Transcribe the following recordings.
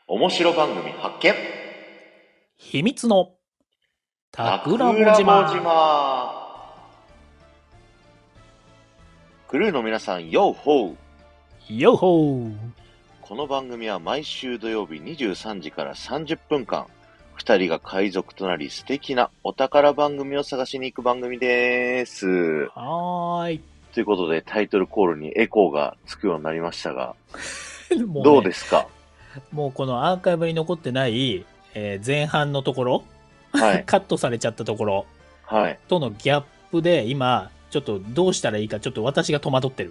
面白番組発見。 秘密の桜桜もも島。 クルーの皆さん、ヨーホー。 ヨッホー。 この番組は毎週土曜日23時から30分間、2人が海賊となり素敵なお宝番組を探しに行く番組です。 はーい。 ということでタイトルコールにエコーがつくようになりましたが、 もうね、 どうですか？ もうこのアーカイブに残ってない、前半のところ、 はい。 カットされちゃったところはい。 とのギャップで今、ちょっとどうしたらいいかちょっと私が戸惑ってる。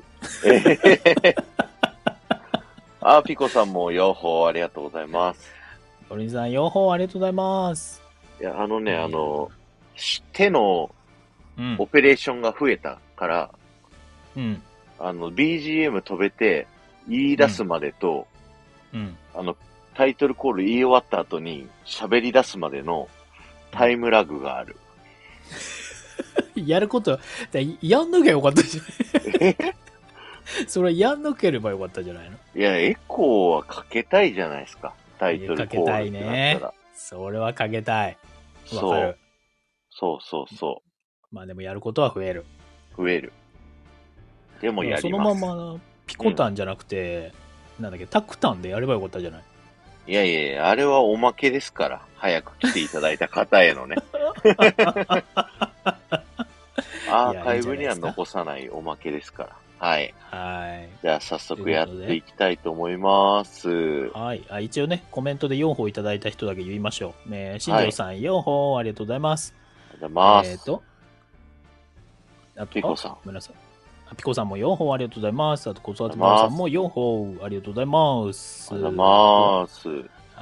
ピコさんもヨーホーありがとうございます。 ロリンさん、ヨッホーありがとうございます。 いや、手のうんオ。ペレーションが増えたから、 うん。 BGM 飛べて言い出すまでと、 うん。 タイトルコール言い終わった後に喋り出すまでのタイムラグがある。 やること、やんなきゃよかったじゃないそれやんなければよかったじゃないの。 いや、エコーはかけたいじゃないですか。タイトルかけコールってたいねなったら。。 それはかけたい。わかる。 そう。 まあでもやることは増える。 増える。でもやそのります。 ままピコタンじゃなくて、なんだっけ、タクタンでやればよかったじゃない。 いや、あれはおまけですから。早く来ていただいた方へのね。アーカイブには残さないおまけですから。はい。 はい。 じゃあ早速やっていきたいと思います。 はい。一応ね、コメントで4歩いただいた人だけ言いましょう。新庄さん、4歩ありがとうございます。 ありがとうございます。 あと、 ピコさん。 ごめんなさい。ピコさんも4歩ありがとうございます。あと、子育てママさんも4歩ありがとうございます。 ありがとうございます。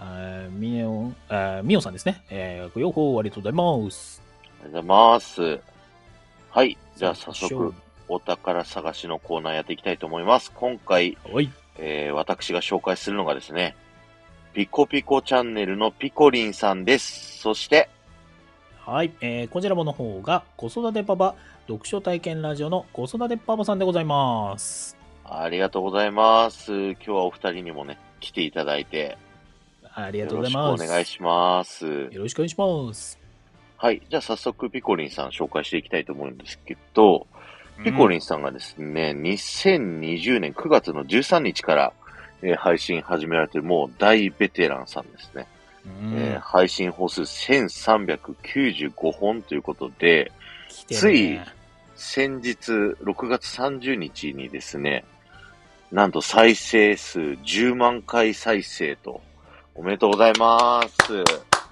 みおさんですね。4歩ありがとうございます。 ありがとうございます。はい。じゃあ早速、お宝探しのコーナーやっていきたいと思います。今回、私が紹介するのがですね、ピコピコチャンネルのピコリンさんです。そして、 はい。こちらもの方が、子育てパパ、読書体験ラジオの子育てパパさんでございます。 ありがとうございます。今日はお二人にもね、来ていただいて、 ありがとうございます。 よろしくお願いします。 よろしくお願いします。 はい。じゃあ早速ピコリンさん紹介していきたいと思うんですけど、ピコリンさんがですね、2020年9月の13日から、配信始められているもう大ベテランさんですね。配信本数1395本ということで、つい先日6月30日にですね、なんと再生数10万回再生と、おめでとうございます。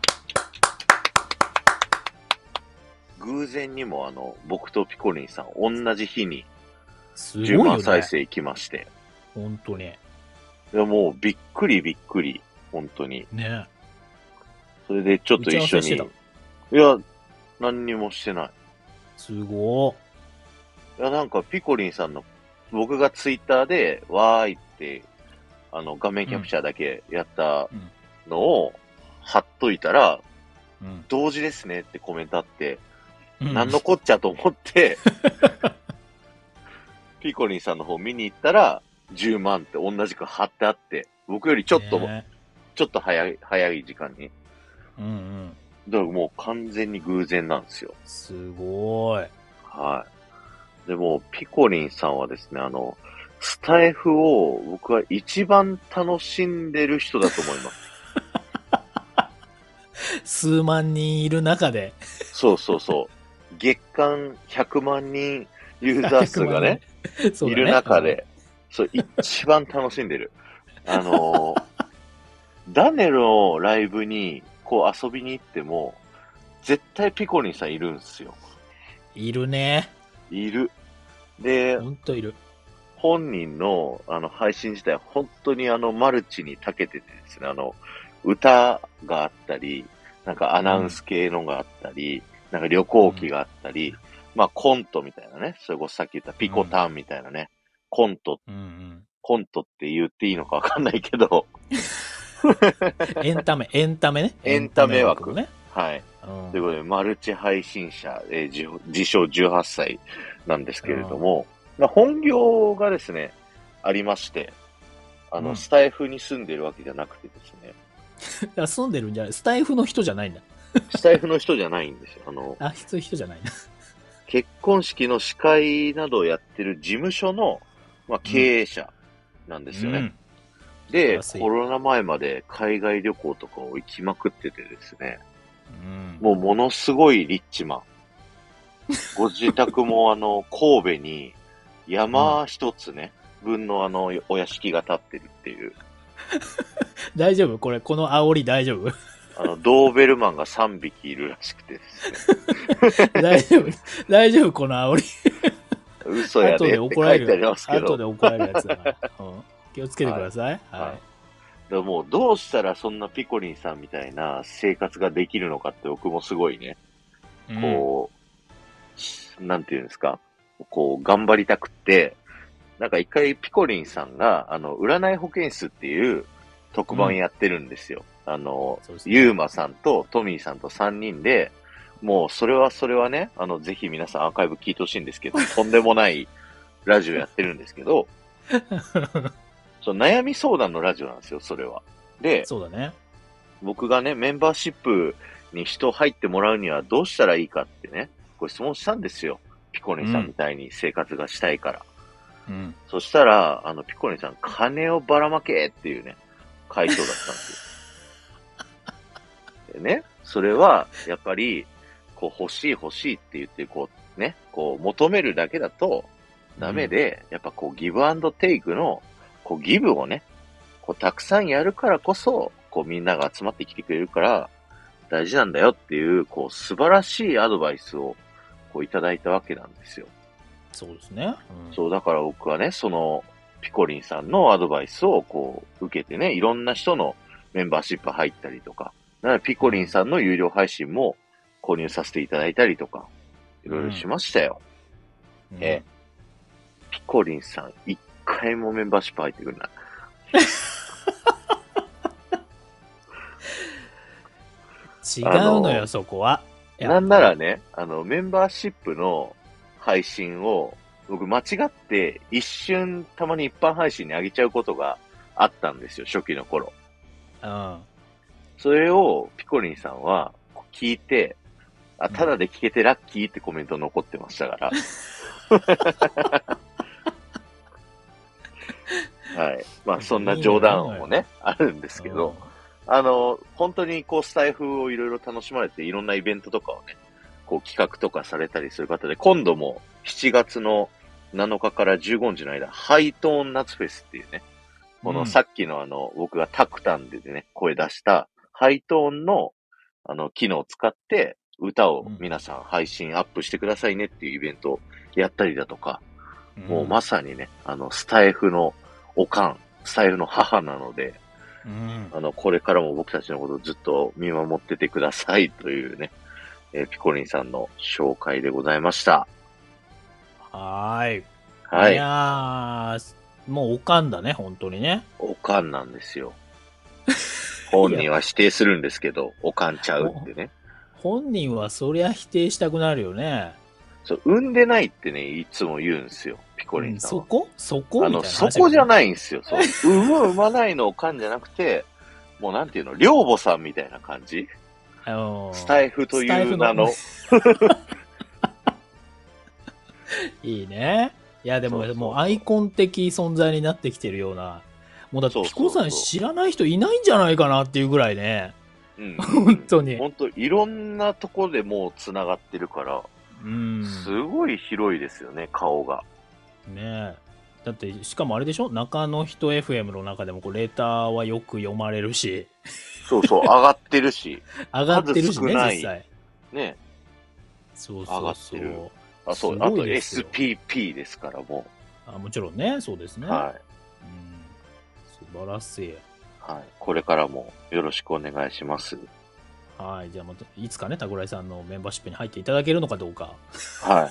偶然にも僕とピコリンさん同じ日に10万再生いきまして。 本当に。 いやもうびっくり、本当に。 ね。 それでちょっと一緒に。いや、何にもしてない。 すごいや、なんかピコリンさんの、僕がツイッターで、わーいって、画面キャプチャーだけやったのを貼っといたら、同時ですねってコメントあって、何のこっちゃと思って、ピコリンさんの方見に行ったら、10万って同じく貼ってあって、僕よりちょっと早い時間に。だからもう完全に偶然なんですよ。 すごい。 はい。でも、ピコリンさんはですね、スタイフを僕は一番楽しんでる人だと思います。 数万人いる中で。 そう。月間100万人ユーザー数がね、いる中で、一番楽しんでる。ダネのライブにこう遊びに行っても、絶対ピコリンさんいるんですよ。 いるね。 いる。で、 ほんといる。 本人の配信自体は本当にマルチに長けててですね、歌があったり、なんかアナウンス系のがあったり、なんか旅行記があったり、まあコントみたいなね、それこそさっき言ったピコタンみたいなね、コントって言っていいのかわかんないけど。 エンタメね。 エンタメ枠ね。はい。ということで、マルチ配信者、自称18歳なんですけれども、本業がですね、ありまして、スタイフに住んでるわけじゃなくてですね、 住んでるんじゃない、スタイフの人じゃないんだ。 スタイフの人じゃないんですよ。 そういう人じゃないんだ。 結婚式の司会などをやってる事務所の、経営者なんですよね。で、コロナ前まで海外旅行とかを行きまくっててですね、もうものすごいリッチマン。ご自宅も神戸に山一つね、分のお屋敷が建ってるっていう。 大丈夫この煽り大丈夫ドーベルマンが3匹いるらしくてですね。 大丈夫この煽り。 嘘やでって書いてありますけど。 後で怒られるやつだから。気をつけてください。 はい。もうどうしたらそんなピコリンさんみたいな生活ができるのかって僕もすごいね、なんていうんですか、頑張りたくって、なんか一回ピコリンさんが、占い保健室っていう特番やってるんですよ。ゆうまさんとトミーさんと3人で、もうそれはね、ぜひ皆さんアーカイブ聞いてほしいんですけど、とんでもないラジオやってるんですけど、悩み相談のラジオなんですよ、それは。で、 そうだね。 僕がね、メンバーシップに人入ってもらうにはどうしたらいいかってね、ご質問したんですよ。ピコリンさんみたいに生活がしたいから。そしたら、ピコリンさん、金をばらまけっていうね、回答だったんですよ。でね、それは、やっぱり、欲しいって言って、求めるだけだとダメで、やっぱギブアンドテイクの、ギブをね、たくさんやるからこそ、みんなが集まってきてくれるから、大事なんだよっていう、素晴らしいアドバイスを、いただいたわけなんですよ。 そうですね。 そう、だから僕はね、ピコリンさんのアドバイスを、受けてね、いろんな人のメンバーシップ入ったりとか、ピコリンさんの有料配信も購入させていただいたりとか、いろいろしましたよ。ピコリンさん、一回もメンバーシップ入ってくれない。 違うのよ、そこは。 なんならね、メンバーシップの配信を、僕間違って一瞬たまに一般配信に上げちゃうことがあったんですよ、初期の頃。それをピコリンさんは聞いて、ただで聞けてラッキーってコメント残ってましたから。はい。そんな冗談もね、あるんですけど、本当にスタイフをいろいろ楽しまれて、いろんなイベントとかをね、企画とかされたりする方で、今度も7月の7日から15日の間、ハイトーン夏フェスっていうね、さっきの僕がタクタンでね、声出したハイトーンの機能を使って歌を皆さん配信アップしてくださいねっていうイベントをやったりだとか、もうまさにね、スタイフのおかん、スタイフの母なので、これからも僕たちのことをずっと見守っててくださいというね、ピコリンさんの紹介でございました。 はい。 はい。 いやー、もうおかんだね、本当にね。 おかんなんですよ。本人は否定するんですけど、おかんちゃうってね。 本人はそりゃ否定したくなるよね。 そう、産んでないってね、いつも言うんですよ、ピコリンさんは。 そこみたいなそこじゃないんですよ。そう。産まないのおかんじゃなくて、もうなんていうの、寮母さんみたいな感じ。スタイフという名の。 いいね。いや、でも、もうアイコン的存在になってきてるような。もうだって、ピコさん知らない人いないんじゃないかなっていうぐらいね。本当に。 本当いろんなとこでもう繋がってるから、すごい広いですよね、顔が。 ねえ。だって、しかもあれでしょ、中の人 FM の中でもレターはよく読まれるし。 そうそう、上がってるし。 上がってるしね、実際。 ね。 そうそうそう。 上がってる。あと SPP ですからもう。もちろんね、そうですね。 はい。 素晴らしい。 はい。これからもよろしくお願いします。 はい。じゃあまた、いつかね、桜井さんのメンバーシップに入っていただけるのかどうか。 はい。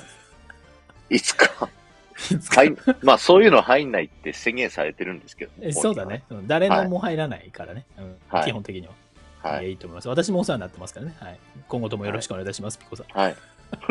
いつか。はい。まあ、そういうの入んないって宣言されてるんですけど。 そうだね。誰のも入らないからね。基本的には。はい。いいと思います。私もお世話になってますからね。はい。今後ともよろしくお願いいたします、ピコさん。 はい。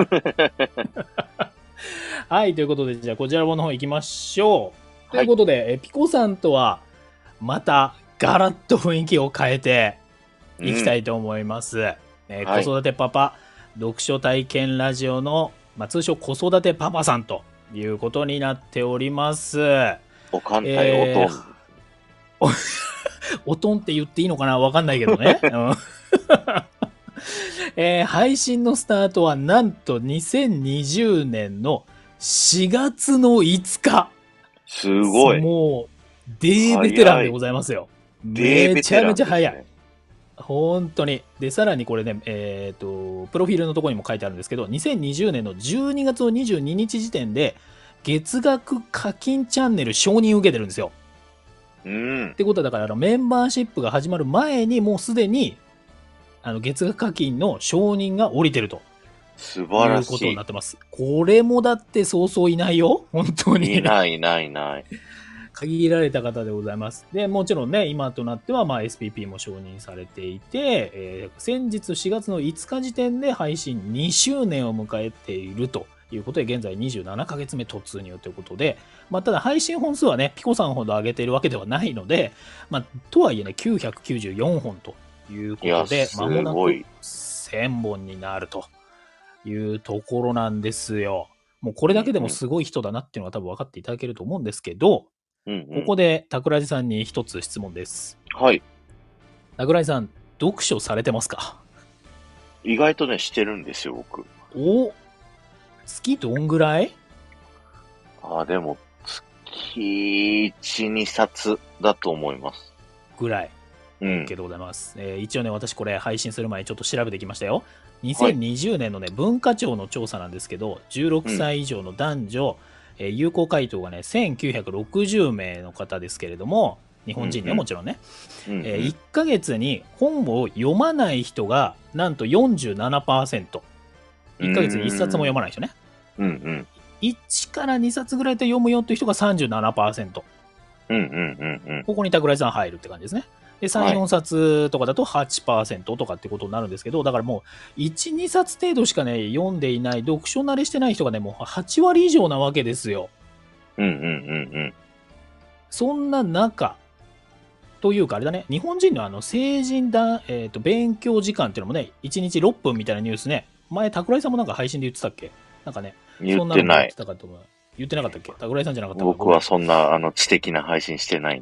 はい。ということで、じゃあこちらの方行きましょう。ということで、ピコさんとは、また、ガラッと雰囲気を変えて、 いきたいと思います。 はい子育てパパ読書体験ラジオの、通称子育てパパさんということになっております。 おかんたいおとん。 おとんって言っていいのかなわかんないけどね。配信のスタートはなんと2020年の4月の5日。 すごい。 もう、デーベテランでございますよ。めちゃめちゃ早い。本当に。で、さらにこれね、プロフィールのところにも書いてあるんですけど、2020年の12月の22日時点で、月額課金チャンネル承認受けてるんですよ。ってことは、だからメンバーシップが始まる前に、もうすでに、月額課金の承認が降りてると。 素晴らしい。 いうことになってます。これもだってそうそういないよ。本当に。 いない。 限られた方でございます。で、もちろんね、今となっては、SPP も承認されていて、先日4月の5日時点で配信2周年を迎えているということで、現在27ヶ月目突入ということで、ただ配信本数はね、ピコさんほど上げているわけではないので、とはいえね、994本ということで、間もなく1000本になるというところなんですよ。もうこれだけでもすごい人だなっていうのが多分分かっていただけると思うんですけど、ここで桜地さんに一つ質問です。 はい。 桜地さん、読書されてますか？ 意外とね、してるんですよ、僕。 月どんぐらい？ でも、月1、2冊だと思います。 ぐらい。OK でございます。一応ね、私これ配信する前にちょっと調べてきましたよ。2020年のね、文化庁の調査なんですけど、16歳以上の男女、有効回答がね、1960名の方ですけれども、日本人ね、もちろんね。1ヶ月に本を読まない人が、なんと 47%。1ヶ月に1冊も読まない人ね。1から2冊ぐらいで読むよっていう人が 37%。ここに桜井さん入るって感じですね。で、3、4冊とかだと 8% とかってことになるんですけど、だからもう、1、2冊程度しかね、読んでいない、読書慣れしてない人がね、もう8割以上なわけですよ。そんな中、というかあれだね、日本人の成人だ、勉強時間っていうのもね、1日6分みたいなニュースね、前、桜井さんもなんか配信で言ってたっけ？なんかね、 言ってない。 言ってたかと思う。言ってなかったっけ？桜井さんじゃなかった？ 僕はそんな、知的な配信してないんです。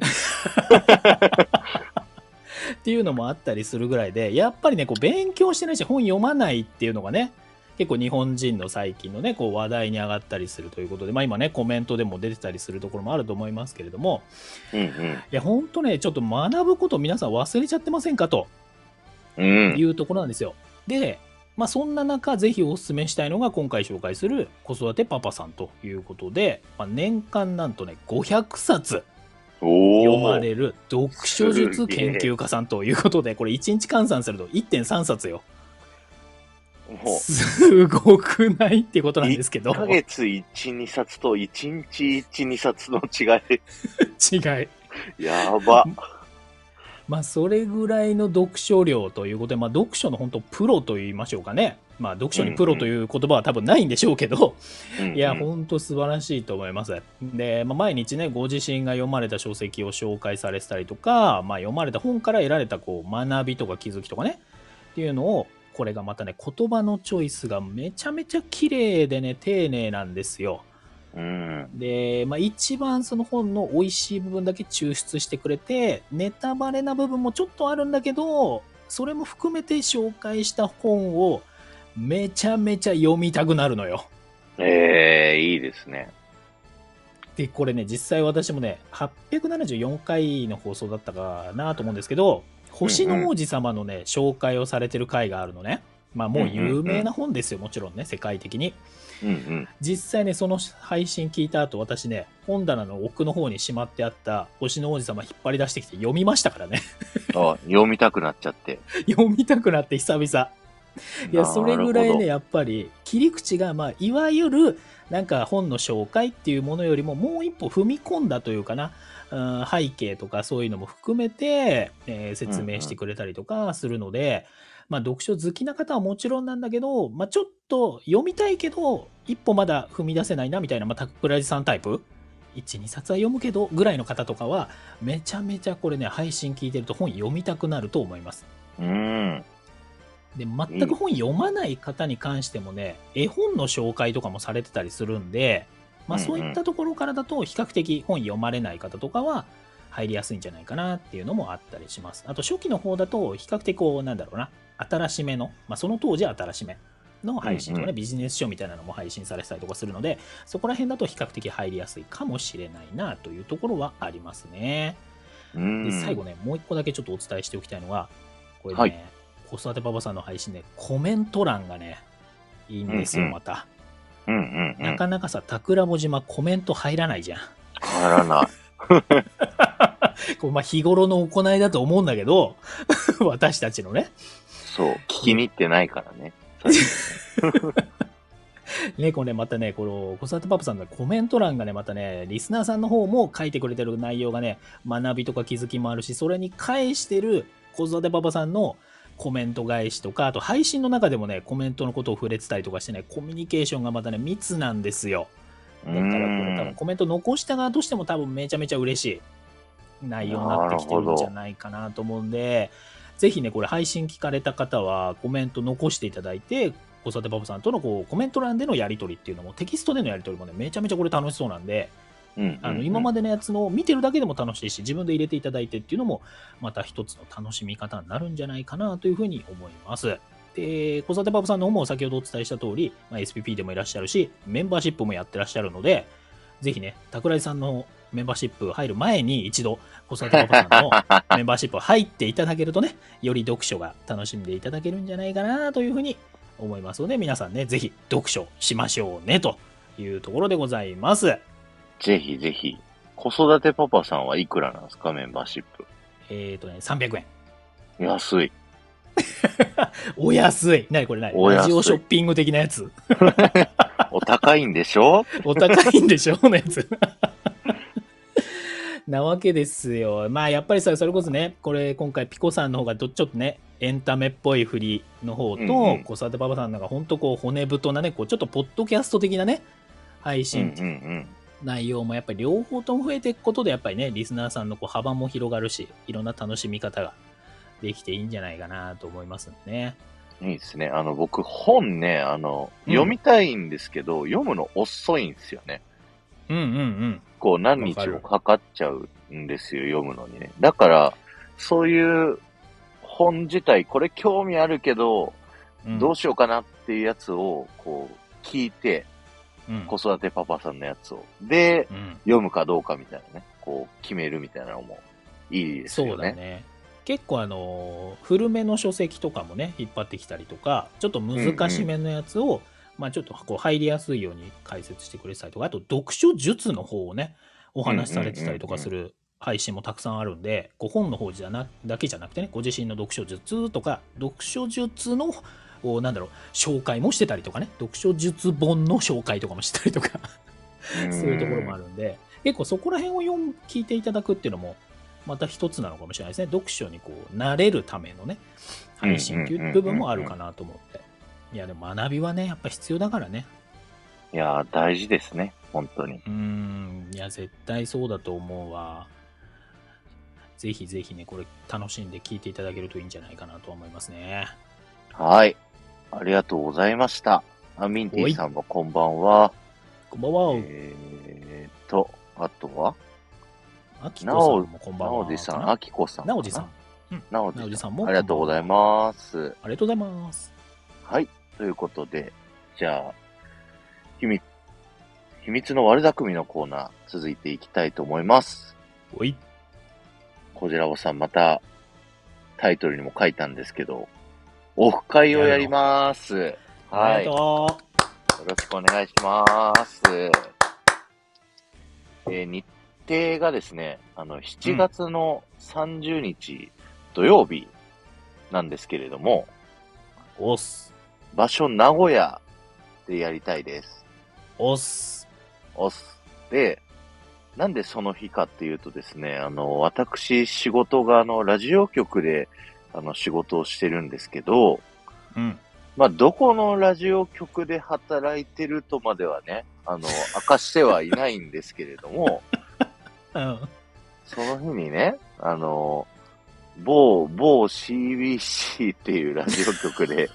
っていうのもあったりするぐらいで、やっぱりね、こう勉強してないし本読まないっていうのがね、結構日本人の最近のね、こう話題に上がったりするということで、今ね、コメントでも出てたりするところもあると思いますけれども、いや、ほんとね、ちょっと学ぶこと皆さん忘れちゃってませんかと、いうところなんですよ。で、そんな中、ぜひお勧めしたいのが今回紹介する子育てパパさんということで、年間なんとね、500冊読まれる読書術研究家さんということで、これ1日換算すると 1.3 冊よ。すごくないっていうことなんですけど。 1ヶ月1、2冊と1日1、2冊の違い。 違い。 やば。 それぐらいの読書量ということで、読書の本当プロと言いましょうかね。読書にプロという言葉は多分ないんでしょうけど、いや、本当素晴らしいと思います。で、毎日ね、ご自身が読まれた書籍を紹介されてたりとか、読まれた本から得られたこう学びとか気づきとかね、っていうのを、これがまたね、言葉のチョイスがめちゃめちゃ綺麗でね、丁寧なんですよ。で、一番その本の美味しい部分だけ抽出してくれて、ネタバレな部分もちょっとあるんだけど、それも含めて紹介した本をめちゃめちゃ読みたくなるのよ。 いいですね。 で、これね、実際私もね、874回の放送だったかなと思うんですけど、星の王子様のね、紹介をされてる回があるのね。もう有名な本ですよ、もちろんね、世界的に。実際ね、その配信聞いた後、私ね、本棚の奥の方にしまってあった星の王子様引っ張り出してきて読みましたからね。 読みたくなっちゃって。 読みたくなって久々。いや、それぐらいね、やっぱり切り口が、いわゆるなんか本の紹介っていうものよりももう一歩踏み込んだというかな、背景とかそういうのも含めて、説明してくれたりとかするので、読書好きな方はもちろんなんだけど、ちょっと読みたいけど、一歩まだ踏み出せないなみたいな、桜地さんタイプ ?1、2冊は読むけど、ぐらいの方とかは、めちゃめちゃこれね、配信聞いてると本読みたくなると思います。 うん。 で、全く本読まない方に関してもね、絵本の紹介とかもされてたりするんで、まあそういったところからだと比較的本読まれない方とかは入りやすいんじゃないかなっていうのもあったりします。あと初期の方だと比較的こう、なんだろうな、新しめの、まあその当時は新しめの配信とかね、ビジネス書みたいなのも配信されてたりとかするので、そこら辺だと比較的入りやすいかもしれないなというところはありますね。で、最後ね、もう一個だけちょっとお伝えしておきたいのが、これね、はい、子育てパパさんの配信でコメント欄がね、いいんですよ、また。なかなかさ、桜穂島コメント入らないじゃん。 入らない。 こうまあ日頃の行いだと思うんだけど、私たちのね。 そう、聞きに行ってないからね。 ね、これまたね、この子育てパパさんのコメント欄がね、またね、リスナーさんの方も書いてくれてる内容がね、学びとか気づきもあるし、それに返してる子育てパパさんのコメント返しとか、あと配信の中でもね、コメントのことを触れてたりとかしてね、コミュニケーションがまたね、密なんですよ。だからこれ多分コメント残した側としても多分めちゃめちゃ嬉しい内容になってきてるんじゃないかなと思うんで、ぜひね、これ配信聞かれた方はコメント残していただいて、子育てパパさんとのこうコメント欄でのやり取りっていうのも、テキストでのやり取りもね、めちゃめちゃこれ楽しそうなんで、今までのやつの見てるだけでも楽しいし、自分で入れていただいてっていうのも、また一つの楽しみ方になるんじゃないかなというふうに思います。で、子育てパパさんの方も先ほどお伝えした通り、SPP でもいらっしゃるし、メンバーシップもやってらっしゃるので、ぜひね、桜井さんのメンバーシップ入る前に一度、子育てパパさんのメンバーシップ入っていただけるとね、より読書が楽しんでいただけるんじゃないかなというふうに思いますので、皆さんね、ぜひ読書しましょうね、というところでございます。 ぜひぜひ。子育てパパさんはいくらなんですか、メンバーシップ。 300円。 安い。 お安い。なにこれラジオショッピング的なやつ。 お高いんでしょお高いんでしょのやつ。なわけですよ。まあやっぱりさ、それこそね、これ今回ピコさんの方がちょっとね、エンタメっぽい振りの方と、子育てパパさんなんかほんとこう骨太なね、こうちょっとポッドキャスト的なね、配信、内容もやっぱり両方とも増えていくことで、やっぱりね、リスナーさんのこう幅も広がるし、いろんな楽しみ方ができていいんじゃないかなと思いますんでね。 いいですね。僕本ね、読みたいんですけど、読むの遅いんですよね。こう何日もかかっちゃうんですよ、読むのにね。だから、そういう本自体、これ興味あるけど、どうしようかなっていうやつを、こう、聞いて、子育てパパさんのやつを。で、読むかどうかみたいなね、こう、決めるみたいなのもいいですよね。 そうだね。結構古めの書籍とかもね、引っ張ってきたりとか、ちょっと難しめのやつを、まあちょっとこう入りやすいように解説してくれてたりとか、あと読書術の方をね、お話しされてたりとかする配信もたくさんあるんで、こう本の方だけじゃなくてね、ご自身の読書術とか、読書術のなんだろう、紹介もしてたりとかね、読書術本の紹介とかもしたりとか、そういうところもあるんで、結構そこら辺を聞いていただくっていうのも、また一つなのかもしれないですね。読書にこう、慣れるためのね、配信っていう部分もあるかなと思って。いや、でも学びはね、やっぱ必要だからね。 いや、大事ですね。本当に。 いや、絶対そうだと思うわ。ぜひぜひね、これ楽しんで聞いていただけるといいんじゃないかなと思いますね。 はい。ありがとうございました。ミンティさんもこんばんは。 こんばんは。 あとはあきこさんもこんばんは。 なおじさん、あきこさん。 なおじさん。 なおじさんも。ありがとうございます。 ありがとうございます。 はい。ということで、じゃあ、秘密の悪巧みのコーナー、続いていきたいと思います。 おい。 こじらぼさん、また、タイトルにも書いたんですけど、オフ会をやります。はい。よろしくお願いします。日程がですね、7月の30日土曜日なんですけれども、場所名古屋でやりたいです。で、なんでその日かっていうとですね、私仕事がラジオ局で仕事をしてるんですけど、まあ、どこのラジオ局で働いてるとまではね、明かしてはいないんですけれども、その日にね、 某 CBC っていうラジオ局で、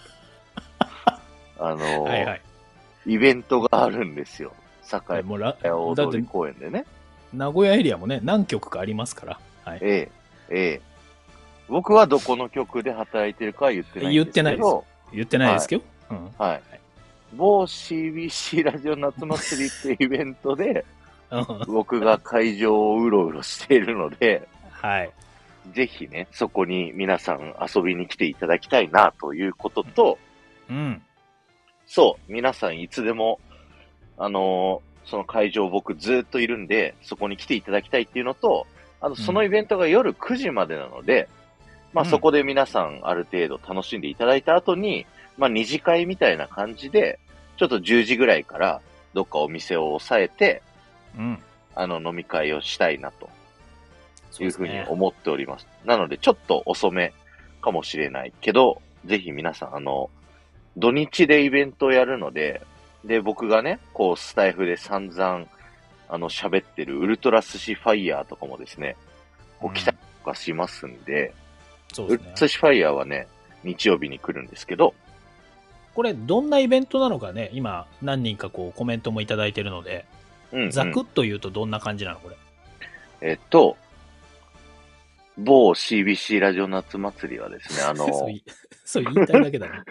はいはい。 イベントがあるんですよ。栄もうだ大通って公園でね。 名古屋エリアもね、何局かありますから。はい。 ええ、ええ。僕はどこの局で働いてるかは言ってないんですけど。 言ってないですけど。うん。 はい。某 CBC ラジオ夏祭りっていうイベントで、僕が会場をうろうろしているので、 はい。 ぜひね、そこに皆さん遊びに来ていただきたいなということと、 うん。 そう、皆さんいつでも、その会場僕ずっといるんで、そこに来ていただきたいっていうのと、そのイベントが夜9時までなので、まあそこで皆さんある程度楽しんでいただいた後に、まあ二次会みたいな感じで、ちょっと10時ぐらいからどっかお店を抑えて、 うん。 飲み会をしたいなというふうに思っております。なのでちょっと遅めかもしれないけど、ぜひ皆さん土日でイベントをやるので、で、僕がね、こう、スタイフで散々、喋ってるウルトラ寿司ファイヤーとかもですね、こう来たりとかしますんで、 そうですね。 ウルトラ寿司ファイヤーはね、日曜日に来るんですけど、 これ、どんなイベントなのかね、今、何人かこう、コメントもいただいてるので、ざくっと言うとどんな感じなのこれ。 某 CBC ラジオ夏祭りはですね、 そう言いたいだけだね。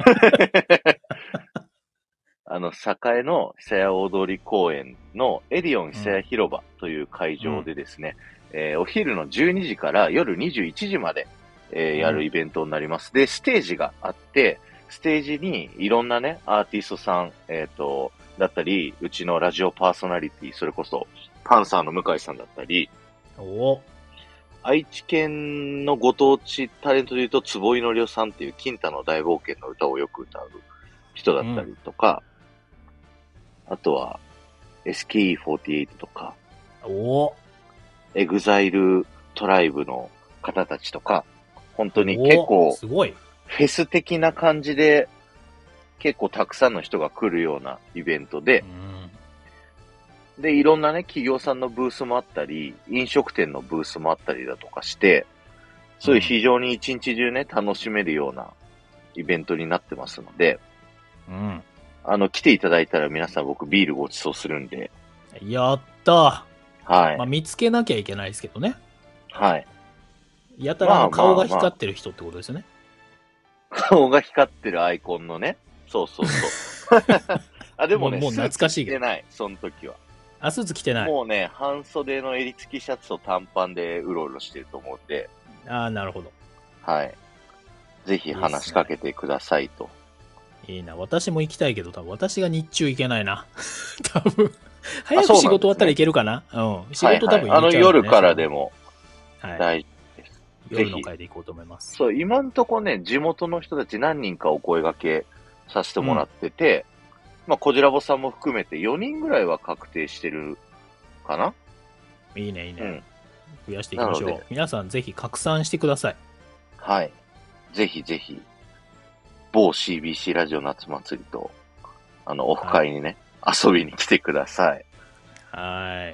栄の久屋大通公園のエディオン久屋広場という会場でですね、お昼の12時から夜21時まで、やるイベントになります。で、ステージがあって、ステージにいろんなね、アーティストさん、だったり、うちのラジオパーソナリティ、それこそ、パンサーの向井さんだったり、愛知県のご当地タレントで言うと、坪井のりおさんっていう金太の大冒険の歌をよく歌う人だったりとか、あとは、SKE48 とか、エグザイルトライブの方たちとか、本当に結構、 すごい。 フェス的な感じで、結構たくさんの人が来るようなイベントで、で、いろんなね、企業さんのブースもあったり、飲食店のブースもあったりだとかして、そういう非常に一日中ね、楽しめるようなイベントになってますので、来ていただいたら皆さん僕ビールご馳走するんで。 やったー。はい。 まあ、見つけなきゃいけないですけどね。 はい。 やたら顔が光ってる人ってことですよね。 顔が光ってるアイコンのね。そうそうそう。あ、でもね、 もう懐かしいけど。 スーツ着てない、その時は。 スーツ着てない。 もうね、半袖の襟付きシャツと短パンでうろうろしてると思うんで。 なるほど。 はい。ぜひ話しかけてくださいと。 いいな。私も行きたいけど、多分私が日中行けないな。多分。早く仕事終わったらいけるかな。仕事多分行けちゃう、夜からでも大丈夫です。 夜の会で行こうと思います。 そう、今んとこね、地元の人たち何人かお声掛けさせてもらってて、まあ、こじらぼさんも含めて4人ぐらいは確定してるかな。 いいね。増やしていきましょう。皆さんぜひ拡散してください。 はい。ぜひぜひ、某 CBC ラジオ夏祭りと、オフ会にね、遊びに来てください。はい。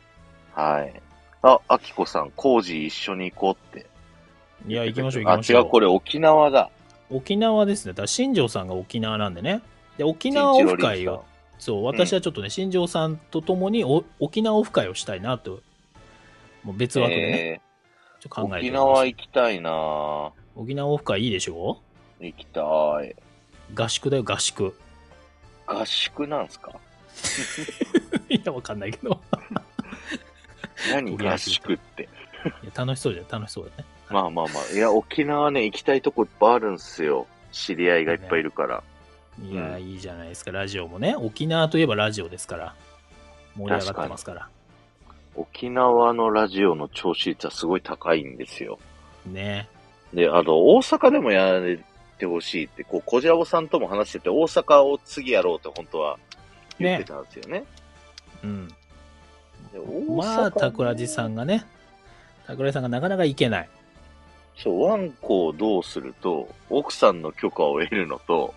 あきこさん、コージー一緒に行こうって。 いや、行きましょう。違う、これ沖縄だ。 沖縄ですね。だから新庄さんが沖縄なんでね。で、沖縄オフ会を、そう、私はちょっとね、新庄さんと共に沖縄オフ会をしたいなと、もう別枠でね、ちょっと考えて沖縄行きたいな。 沖縄オフ会いいでしょ？ 行きたい。 合宿だよ、合宿。 合宿なんすか？ いや、わかんないけど。 何合宿って。 いや楽しそうじゃん、楽しそうだね。 まあ。いや、沖縄ね、行きたいとこいっぱいあるんすよ。知り合いがいっぱいいるから。 いや、いいじゃないですか。ラジオもね。沖縄といえばラジオですから。盛り上がってますから。 沖縄のラジオの聴取率はすごい高いんですよ。 ね。 で、大阪でもやれてほしいって、こじらぼさんとも話してて、大阪を次やろうって本当は言ってたんですよね。 まあ、桜地さんがね、桜地さんがなかなか行けない。 そう、ワンコをどうすると、奥さんの許可を得るのと、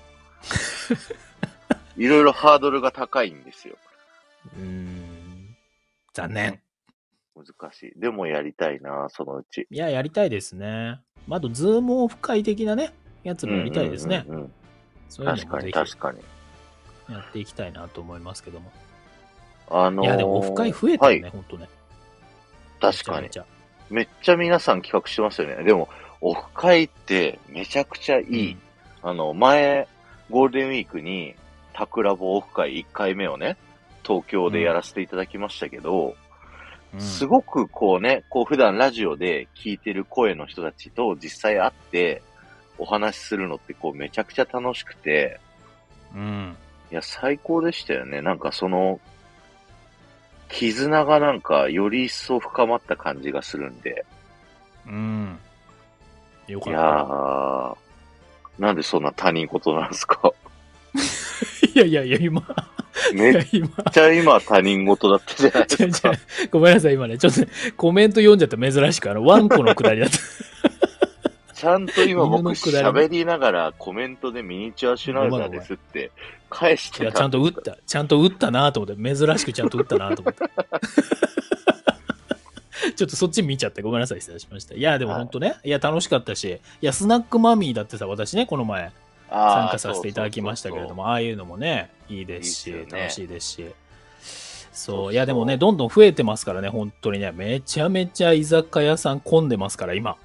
いろいろハードルが高いんですよ。 残念。 難しい。でもやりたいな、そのうち。 いや、やりたいですね。あと、ズームオフ会的なね、やつもやりたいですね。そういうのもぜひ確かに。 やっていきたいなと思いますけども。 いや、でもオフ会増えたよね、ほんとね。 確かに。めっちゃ皆さん企画してますよね。でも、オフ会ってめちゃくちゃいい。前、ゴールデンウィークに、タクラボオフ会1回目をね、東京でやらせていただきましたけど、すごくこうね、こう普段ラジオで聞いてる声の人たちと実際会ってお話しするのってこうめちゃくちゃ楽しくて、いや、最高でしたよね。なんかその、絆がなんかより一層深まった感じがするんで。 よかった。 いやー、なんでそんな他人事なんですか？ いや、今。 めっちゃ今他人事だったじゃないですか。 ごめんなさい、今ね、ちょっと、コメント読んじゃった珍しく、ワンコのくだりだった。 ちゃんと今僕喋りながらコメントでミニチュアシュナウザーですって返してた。 いや、ちゃんと打ったなと思って、珍しくちゃんと打ったなと思って。ちょっとそっち見ちゃってごめんなさい、失礼しました。いや、でも本当ね、いや、楽しかったし、いや、スナックマミーだってさ、私ね、この前、参加させていただきましたけれども、ああいうのもね、いいですし、楽しいですし。そう、いや、でもね、どんどん増えてますからね、本当にね、めちゃめちゃ居酒屋さん混んでますから、今。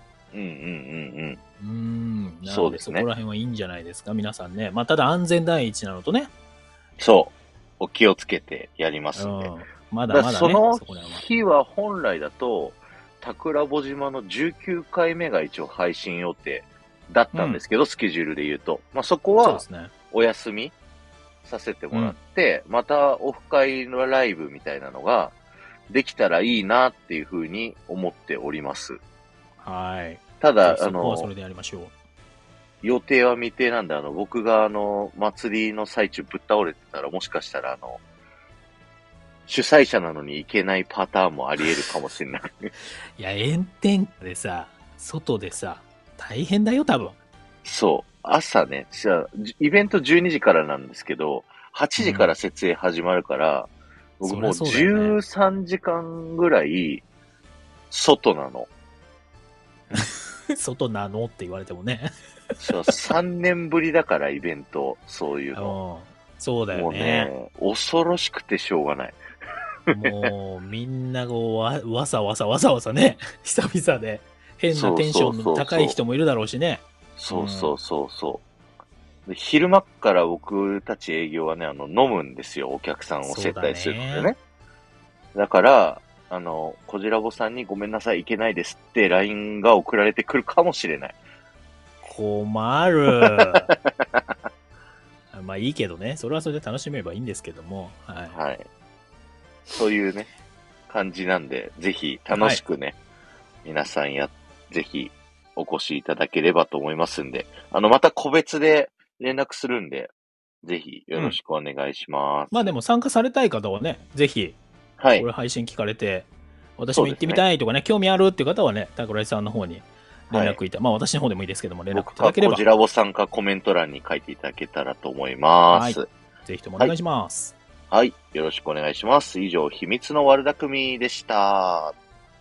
なので、そこら辺はいいんじゃないですか、皆さんね。まあ、ただ安全第一なのとね。 そう。お気をつけてやりますんで。 まだまだね。 その日は本来だと、桜穂島の19回目が一応配信予定だったんですけど、スケジュールで言うと。まあ、そこは、お休みさせてもらって、またオフ会のライブみたいなのができたらいいなっていうふうに思っております。 はい。 ただ、 そこはそれでやりましょう。 予定は未定なんで、僕が祭りの最中ぶっ倒れてたら、もしかしたら主催者なのに行けないパターンもあり得るかもしれない。 いや、炎天下でさ、外でさ、大変だよ、多分。 そう。朝ね、イベント12時からなんですけど、8時から設営始まるから、僕もう13時間ぐらい、外なの。 外なのって言われてもね。 そう、3年ぶりだから、イベント、そういうの。 そうだよね。 もうね、恐ろしくてしょうがない。 もう、みんなわさわさね、久々で、変なテンションの高い人もいるだろうしね。 で昼間から僕たち営業はね、飲むんですよ、お客さんを接待するのでね。だから、こじらぼさんにごめんなさい、いけないですって LINE が送られてくるかもしれない。 困る。まあいいけどね、それはそれで楽しめばいいんですけども。 はい。そういうね、感じなんで、ぜひ楽しくね、皆さんぜひお越しいただければと思いますんで、また個別で連絡するんで、ぜひよろしくお願いします。 まあでも参加されたい方はね、ぜひ、これ配信聞かれて、私も行ってみたいとかね、興味あるっていう方はね、桜井さんの方に連絡まあ私の方でもいいですけども、連絡いただければ。 こじらぼさんかコメント欄に書いていただけたらと思います。 ぜひともお願いします。 はい。よろしくお願いします。以上、秘密の悪巧みでした。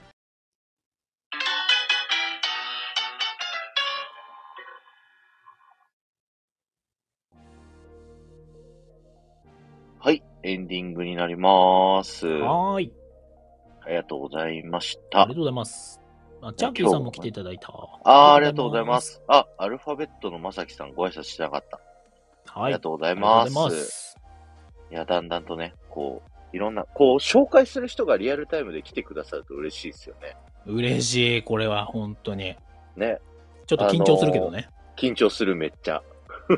はい。エンディングになります。 はい。 ありがとうございました。 ありがとうございます。チャーキーさんも来ていただいた。 ありがとうございます。アルファベットのまさきさんご挨拶しなかった。 はい。 ありがとうございます。いや、だんだんとね、いろんな、紹介する人がリアルタイムで来てくださると嬉しいですよね。 嬉しい、これは、本当に。 ね。 ちょっと緊張するけどね。 緊張する、めっちゃ。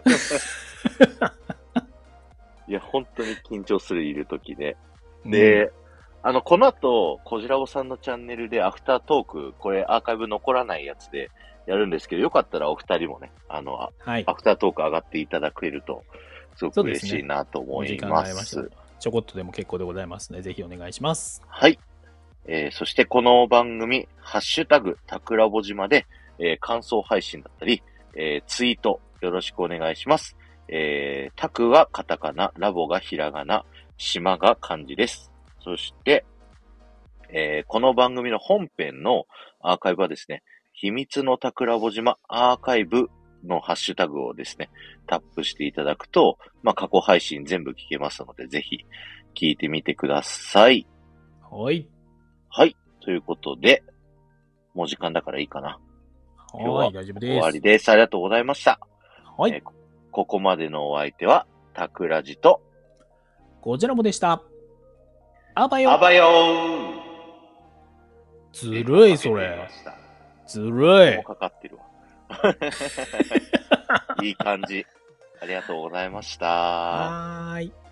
いや、本当に緊張する、いるときで。で、この後、こじらぼさんのチャンネルでアフタートーク、これアーカイブ残らないやつでやるんですけど、よかったらお二人もね、アフタートーク上がっていただけると、すごく嬉しいなと思います。 ちょこっとでも結構でございますので、ぜひお願いします。 はい。そしてこの番組、ハッシュタグ、たくらぼ島で、感想配信だったり、ツイートよろしくお願いします。タクがカタカナ、ラボがひらがな、島が漢字です。そして、 この番組の本編のアーカイブはですね、秘密の桜穂島アーカイブのハッシュタグをですね、タップしていただくと、過去配信全部聞けますので、ぜひ聞いてみてください。 はい。 はい。ということで、もう時間だからいいかな。今日は大丈夫です。 終わりです。ありがとうございました。 はい。 ここまでのお相手は、タクラジと、 こちらもでした。あばよ。 あばよー。 ずるい、それ。ずるい。 もうかかってるわ。いい感じ。ありがとうございました。 はーい。